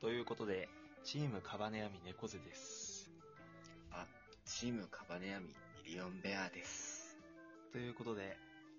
ということで、チームカバネヤミ猫背です。 チームカバネヤミミリオンベアです。 ということで、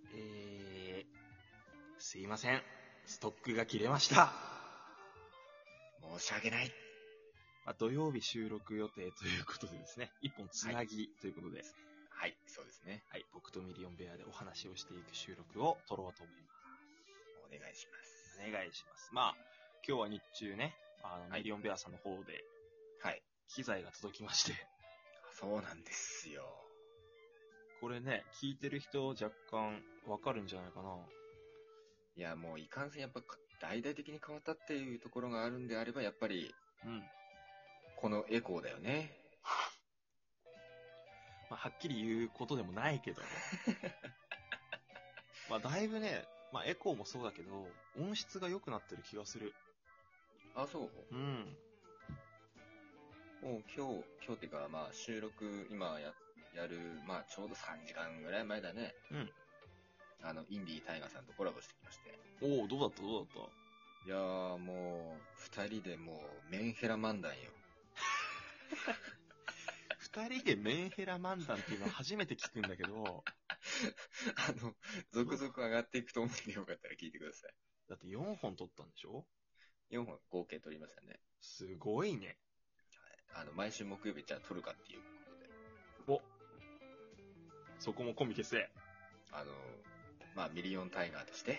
すいません。ストックが切れました。 申し訳ない。 土曜日収録予定ということでですね、一本つなぎということで、 はい、そうですね。 はい、僕とミリオンベアでお話をしていく収録を撮ろうと思います。 お願いします。 お願いします。今日は日中ね、ミリオンベアさんの方で、 はい。 機材が届きまして。 そうなんですよ。 これね、聞いてる人若干わかるんじゃないかな。 いや、もういかんせんやっぱ大々的に変わったっていうところがあるんであれば、やっぱり、このエコーだよね。 はっきり言うことでもないけども。だいぶね、エコーもそうだけど、音質が良くなってる気がする。 あ、そう。 うん。 もう今日っていうか、収録今やる、ちょうど3時間ぐらい前だね。 うん。 インディータイガーさんとコラボしてきまして。 おお、どうだったいやー、もう、二人でもう、メンヘラ漫談よ。 二人でメンヘラ漫談っていうのは初めて聞くんだけど、 続々上がっていくと思うんでよかったら聞いてください。 だって4本撮ったんでしょ？ 4本合計撮りましたね。 すごいね。 毎週木曜日じゃあ撮るかっていうことで。 そこも込み消せ。 ミリオンタイガーとして。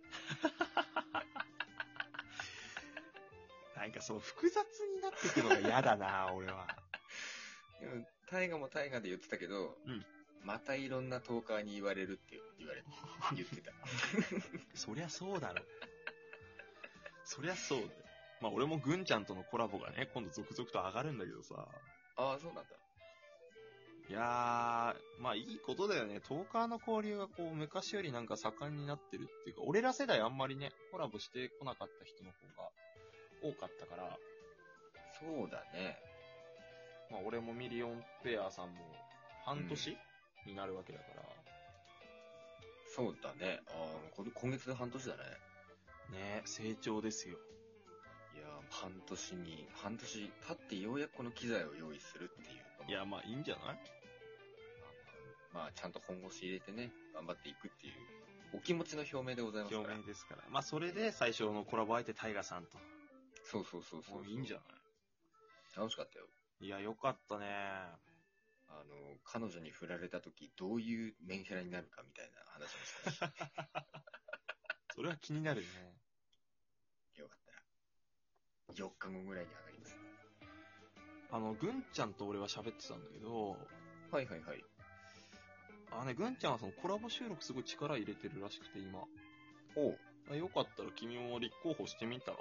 なんかその複雑になってくのが嫌だな、俺は。 でもタイガーもタイガーで言ってたけど、またいろんなトーカーに言われるって言ってた。 そりゃそうだろ。そりゃそうだよ。俺もぐんちゃんとのコラボがね、今度続々と上がるんだけどさ。 ああ、そうなんだ。 いやー、いいことだよね。トーカーの交流が昔よりなんか盛んになってるっていうか、俺ら世代あんまりね、コラボしてこなかった人の方が多かったから。 そうだね。 俺もミリオンペアさんも半年、になるわけだから。 そうだね。今月で半年だね。 ね、成長ですよ。 いや半年経ってようやくこの機材を用意するっていう。 いや、いいんじゃない？ ちゃんと本腰入れてね、頑張っていくっていう、お気持ちの表明でございますから。 表明ですから。それで最初のコラボ相手タイガさんと。 そう。 いいんじゃない？ 楽しかったよ。 いや、よかったね。 彼女に振られた時、どういうメンヘラになるかみたいな話もしたし。 それは気になるね。 よかったら、4日後ぐらいに上がります。 ぐんちゃんと俺は喋ってたんだけど、 はい。 ぐんちゃんはそのコラボ収録すごい力入れてるらしくて今。 おう。 よかったら君も立候補してみたら？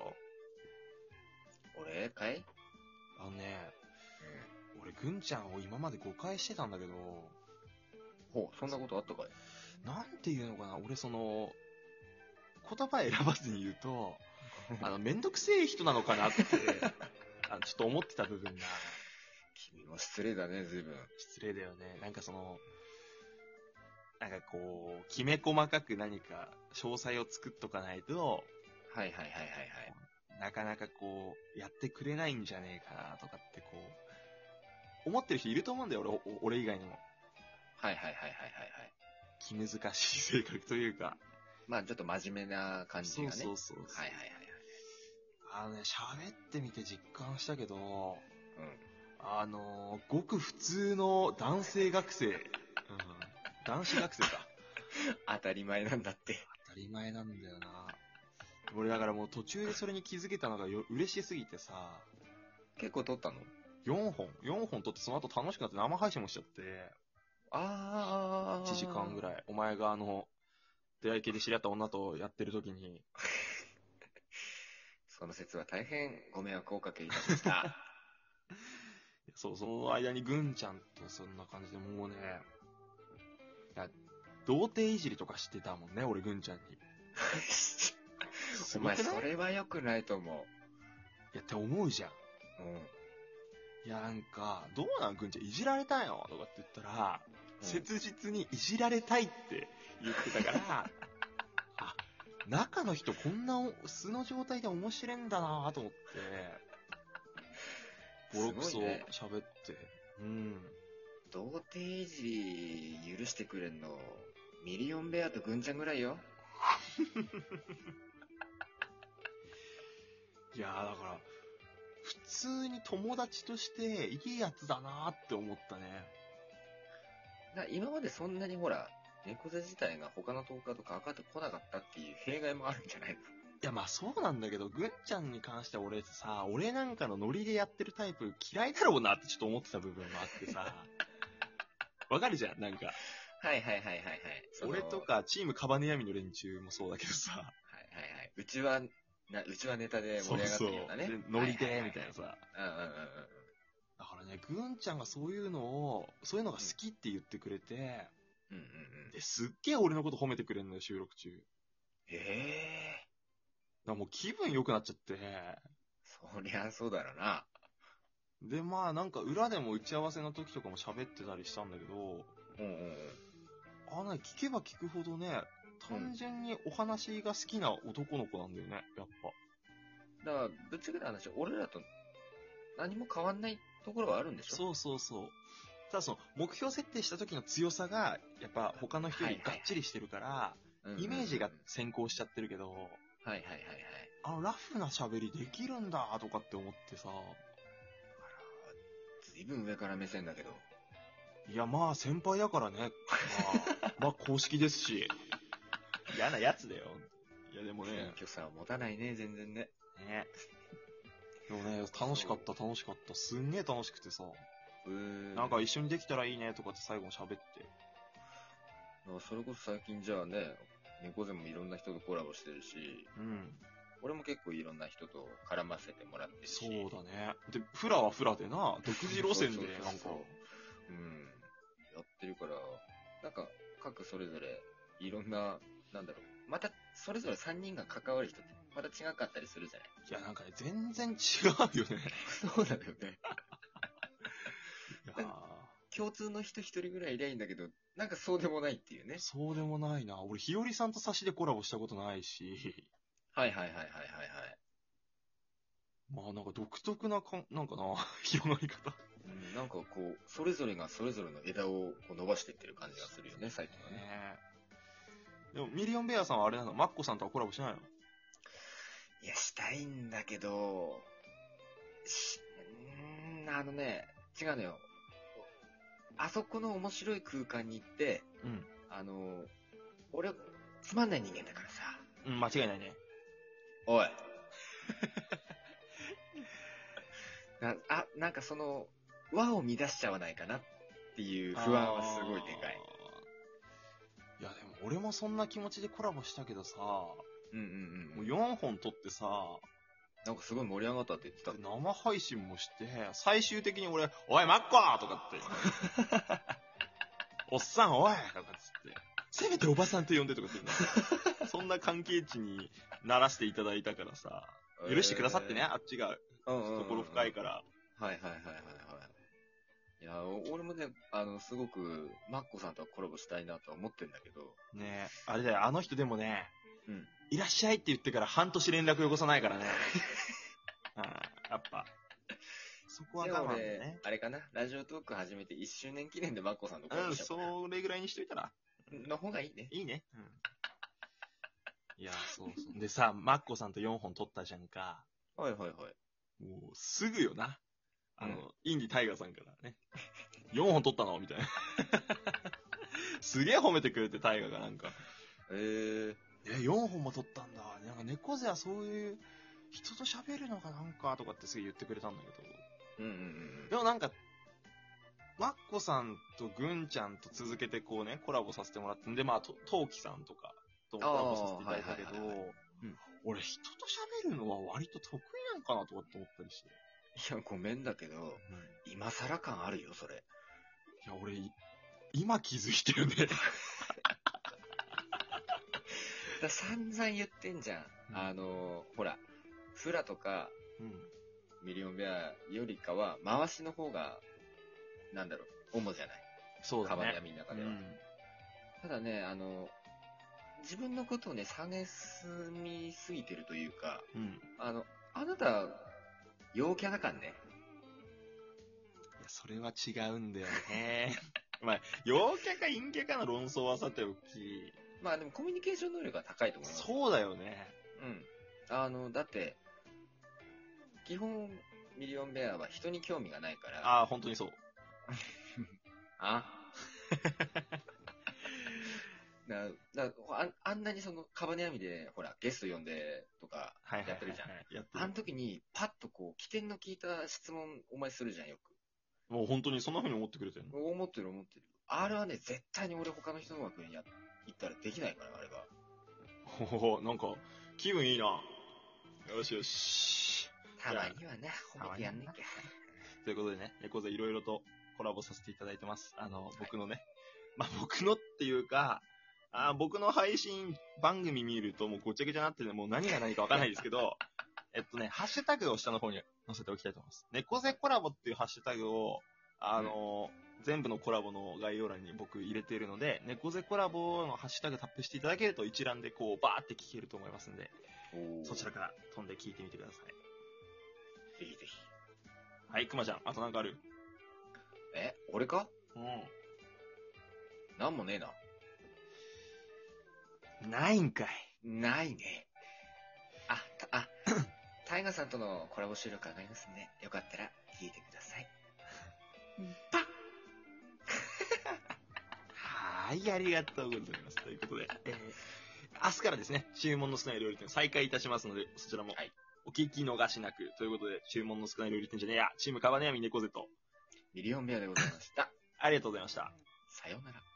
俺かい？ 俺ぐんちゃんを今まで誤解してたんだけど。 ほう、そんなことあったかい？ なんていうのかな、俺言葉選ばずに言うと、めんどくせえ人なのかなって、ちょっと思ってた部分が。 君も失礼だね、随分。 失礼だよね。きめ細かく何か詳細を作っとかないと、 はい。 なかなかやってくれないんじゃねえかなとかって思ってる人いると思うんだよ、俺以外にも。 はい。 気難しい性格というか。 ちょっと真面目な感じがね。 そう。 はい。 喋ってみて実感したけど、ごく普通の男性学生、男子学生か。 当たり前なんだって。 当たり前なんだよな。俺だからもう途中でそれに気づけたのが嬉しすぎてさ。 結構撮ったの ？4本撮ってその後楽しくなって生配信もしちゃって。1時間ぐらい。お前が出会い系で知り合った女とやってる時に。 その説は大変ご迷惑をおかけいたしました。 その間にぐんちゃんとそんな感じでもうね、童貞いじりとかしてたもんね、俺ぐんちゃんに。 お前それは良くないと思う。 いやって思うじゃん。いやどうなんぐんちゃんいじられたよとかって言ったら、切実にいじられたいって言ってたから中の人こんな素の状態で面白いんだなと思って、 ボロクソすごいね喋って。うん。 童貞いじり許してくれんの、ミリオンベアとグンちゃんぐらいよ。 いやーだから、普通に友達としていいやつだなーって思ったね。 今までそんなにほら、猫背自体が他のトーカーとかかってこなかったっていう弊害もあるんじゃないの？ いやまあそうなんだけど、ぐんちゃんに関しては俺なんかのノリでやってるタイプ嫌いだろうなってちょっと思ってた部分もあってさ。わかるじゃん、なんか。 はいはいはいはいはい。 俺とかチームカバネヤミの連中もそうだけどさ。 はいはいはい。うちはネタで盛り上がってるようなね。 そうそう。ノリで、みたいなさ。 うんうんうんうん。 だからね、ぐんちゃんがそういうのが好きって言ってくれて、 うんうんうん。 で、すっげえ俺のこと褒めてくれんのよ、収録中。だかへえ。 らもう気分良くなっちゃって。 そりゃそうだろうな。 で、まあなんか裏でも打ち合わせの時とかも喋ってたりしたんだけど、 うんうんうん。 聞けば聞くほどね、単純にお話が好きな男の子なんだよね、やっぱ。 だから、ぶっちゃけた話、俺らと何も変わんないところはあるんでしょ？ そうそうそう。ただその、目標設定した時の強さが、やっぱ他の人よりがっちりしてるから、イメージが先行しちゃってるけど、 はいはいはいはい。 ラフな喋りできるんだとかって思ってさ。 ずいぶん上から目線だけど。 いやまあ先輩だからね。まあ公式ですし。嫌なやつだよ。いやでもね。 謙虚さは持たないね、全然ね。 ね。でもね、楽しかった。すんげえ楽しくてさ。なんか一緒にできたらいいねとかって最後に喋って。 それこそ最近じゃあね、猫背もいろんな人とコラボしてるし、 うん。 俺も結構いろんな人と絡ませてもらってるし。 そうだね。で、フラはフラでな、独自路線でなんか。 うん。やってるから、なんか各それぞれいろんな、なんだろう。またそれぞれ3人が関わる人ってまた違かったりするじゃない？ いやなんかね、全然違うよね。 そうだよね。 いや共通の人一人ぐらいいりゃいいんだけど、なんかそうでもないっていうね。 そうでもないな。俺、ひよりさんと差しでコラボしたことないし。 はいはいはいはいはいはい。 まあなんか独特ななんかな、広がり方。 なんかこう、それぞれがそれぞれの枝をこう伸ばしていってる感じがするよね、最近はね。 でも、ミリオンベアさんはあれなの？マッコさんとはコラボしないの？ いや、したいんだけど、違うのよ。あそこの面白い空間に行って、俺、つまんない人間だからさ。 うん、間違いないね。 おい。なんかその、輪を乱しちゃわないかなっていう不安はすごいでかい。 いや、でも俺もそんな気持ちでコラボしたけどさ、もう 4 4本撮ってさ、 なんかすごい盛り上がったって言ってた。 生配信もして、最終的に俺、おい、マッコーとかって。おっさん、おいとかっつって。せめておばさんと呼んでとかって言うそんな関係値にならせていただいたからさ、許してくださってね、あっちが、懐深いから。 はいはいはいはいはい。いや、俺もね、すごく、マッコさんとはコラボしたいなとは思ってんだけど。 ねえ、あれだよ、あの人でもね、いらっしゃいって言ってから半年連絡よこさないからね。やっぱ。そこは我慢だね。 あれかな、ラジオトーク始めて1周年記念でマッコさんとコラボしようかな。 それぐらいにしといたら。 の方がいいね。 いいね。いや、そうそう。でさ、マッコさんと4本撮ったじゃんか。 はいはいはい。 もう、すぐよな。インディタイガーさんからね。4本撮ったのみたいな。すげえ褒めてくれて、タイガーがなんか。4本も撮ったんだ。なんか猫背はそういう人と喋るのがなんかとかってすげえ言ってくれたんだけど。でもなんか、マッコさんとグンちゃんと続けてこうね、コラボさせてもらって、で、まあ、トウキさんとかとコラボさせていただいたけど、俺人と喋るのは割と得意なんかなとかって思ったりして。 いや、ごめんだけど、今更感あるよ、それ。 いや、俺、今気づいてるね。 散々言ってんじゃん。ほら、フラとか、ミリオンベアよりかは、回しの方が、なんだろう、主じゃない。 そうだね。 カバネヤミの中では。ただね、自分のことをね、下げすみすぎてるというか、あなた、陽キャだからね。 それは違うんだよね。まあ、陽キャか陰キャかの論争はさておき。 まあでもコミュニケーション能力が高いと思います。 そうだよね。 うん。だって、基本、ミリオンベアは人に興味がないから。 ああ、本当にそう。 あんなにその、カバネアミで、ほら、ゲスト呼んで、とか、やってるじゃん。あの時に、パッとこう、起点の効いた質問、お前するじゃん、よく。 もう本当にそんな風に思ってくれてるの？ 思ってる。あれはね、絶対に俺他の人の枠に行ったらできないから、あれは。 ほほ、なんか、気分いいな。よしよし。 たまにはね、褒めてやんなきゃ。 ということでね、猫背いろいろとコラボさせていただいてます。僕のね、まあ、僕のっていうか、僕の配信番組見るともうごちゃごちゃになってて、もう何が何かわかんないですけど、ハッシュタグを下の方に載せておきたいと思います。猫背コラボっていうハッシュタグを、全部のコラボの概要欄に僕入れているので、猫背コラボのハッシュタグタップしていただけると一覧でこうバーって聞けると思いますんで、そちらから飛んで聞いてみてください。 ぜひぜひ。 はい、くまちゃん、あとなんかある？ 俺か？ うん。 なんもねえな。 ないんかい。 ないね。タイガさんとのコラボ収録上がりますんで、よかったら聞いてください。パッはい、ありがとうございます。ということで、明日からですね、注文の少ない料理店再開いたしますので、そちらもお聞き逃しなく。ということで、注文の少ない料理店じゃねえや、チームカバネヤミネコゼと、 ミリオンベアでございました。 ありがとうございました。 さようなら。